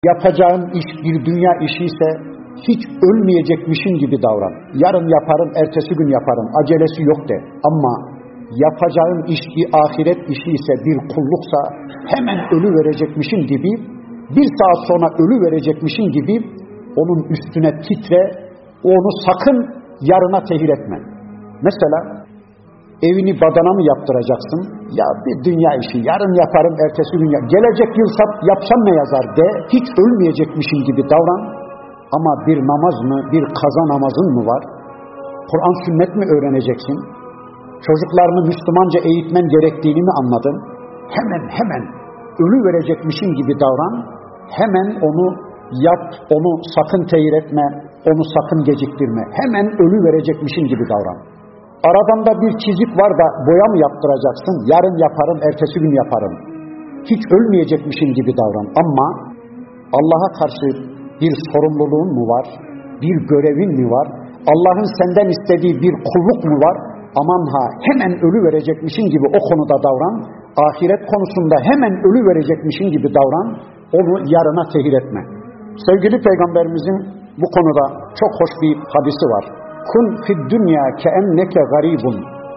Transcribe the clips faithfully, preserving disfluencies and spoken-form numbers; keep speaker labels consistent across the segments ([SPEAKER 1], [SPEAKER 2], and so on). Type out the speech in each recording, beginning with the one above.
[SPEAKER 1] Yapacağın iş bir dünya işi ise hiç ölmeyecekmişin gibi davran. Yarın yaparım, ertesi gün yaparım, acelesi yok de. Ama yapacağın iş bir ahiret işi ise, bir kulluksa hemen ölü verecekmişin gibi, bir saat sonra ölü verecekmişin gibi onun üstüne titre, onu sakın yarına tehir etme. Mesela evini badana mı yaptıracaksın? Ya bir dünya işi, yarın yaparım, ertesi gün yaparım. Gelecek yıl yapsam ne yazar de, hiç ölmeyecekmişin gibi davran. Ama bir namaz mı, bir kaza namazın mı var? Kur'an sünnet mi öğreneceksin? Çocuklarını Müslümanca eğitmen gerektiğini mi anladın? Hemen hemen ölü verecekmişin gibi davran. Hemen onu yap, onu sakın tehir etme, onu sakın geciktirme. Hemen ölü verecekmişin gibi davran. Aradanda bir çizik var da boya mı yaptıracaksın? Yarın yaparım, ertesi gün yaparım. Hiç ölmeyecekmişin gibi davran. Ama Allah'a karşı bir sorumluluğun mu var? Bir görevin mi var? Allah'ın senden istediği bir kulluk mu var? Aman ha, hemen ölü verecekmişin gibi o konuda davran. Ahiret konusunda hemen ölü verecekmişin gibi davran. Onu yarına tehir etme. Sevgili Peygamberimizin bu konuda çok hoş bir hadisi var. Kun fid dünya keenneke garibun.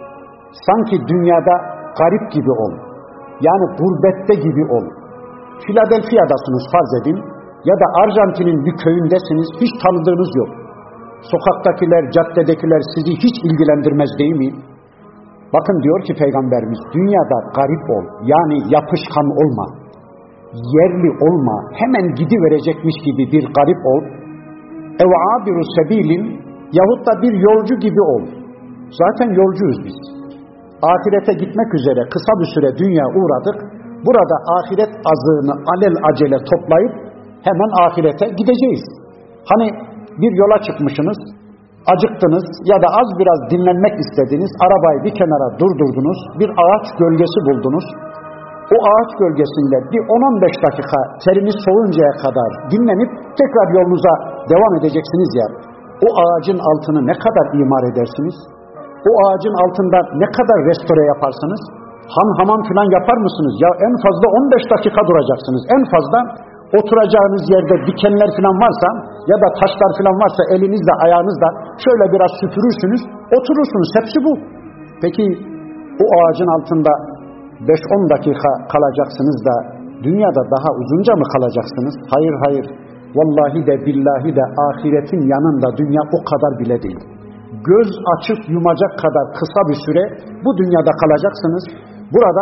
[SPEAKER 1] Sanki dünyada garip gibi ol. Yani gurbette gibi ol. Philadelphia'dasınız farz edin. Ya da Arjantin'in bir köyündesiniz, hiç tanıdığınız yok. Sokaktakiler, caddedekiler sizi hiç ilgilendirmez değil mi? Bakın diyor ki Peygamberimiz, dünyada garip ol, yani yapışkan olma, yerli olma, hemen gidiverecekmiş gibi bir garip ol. Ev abiru sebilin, yahut da bir yolcu gibi ol. Zaten yolcuyuz biz. Ahirete gitmek üzere kısa bir süre dünya uğradık. Burada ahiret azığını alel acele toplayıp hemen ahirete gideceğiz. Hani bir yola çıkmışsınız, acıktınız ya da az biraz dinlenmek istediniz, arabayı bir kenara durdurdunuz, bir ağaç gölgesi buldunuz. O ağaç gölgesinde bir on on beş dakika teriniz soğuncaya kadar dinlenip tekrar yolunuza devam edeceksiniz ya, o ağacın altını ne kadar imar edersiniz? O ağacın altında ne kadar restore yaparsınız? Han hamam filan yapar mısınız? Ya en fazla on beş dakika duracaksınız. En fazla oturacağınız yerde dikenler filan varsa ya da taşlar filan varsa elinizle ayağınızla şöyle biraz süpürürsünüz, oturursunuz. Hepsi bu. Peki o ağacın altında beş on dakika kalacaksınız da dünyada daha uzunca mı kalacaksınız? Hayır hayır. Vallahi de billahi de ahiretin yanında dünya o kadar bile değil. Göz açıp yumacak kadar kısa bir süre bu dünyada kalacaksınız. Burada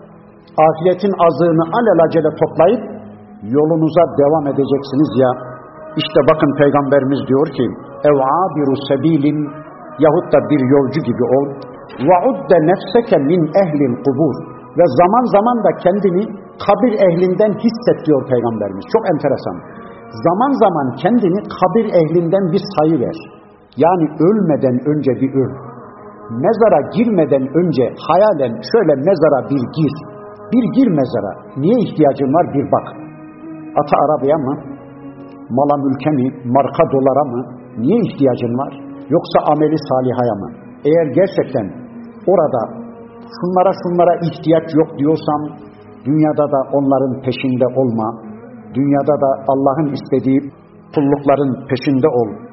[SPEAKER 1] ahiretin azığını alelacele toplayıp yolunuza devam edeceksiniz ya. İşte bakın Peygamberimiz diyor ki ev abiru sebilin, yahut da bir yolcu gibi ol. Va'udde nefseke min ehlil kubur. Ve zaman zaman da kendini kabir ehlinden hisset diyor Peygamberimiz. Çok enteresan. Zaman zaman kendini kabir ehlinden bir sayıver. Yani ölmeden önce bir öl. Mezara girmeden önce hayalen şöyle mezara bir gir. Bir gir mezara. Niye ihtiyacın var bir bak. Ata arabaya mı? Mala mülke mi? Marka dolara mı? Niye ihtiyacın var? Yoksa ameli salihaya mı? Eğer gerçekten orada şunlara şunlara ihtiyaç yok diyorsam, dünyada da onların peşinde olma. Dünyada da Allah'ın istediği kullukların peşinde ol.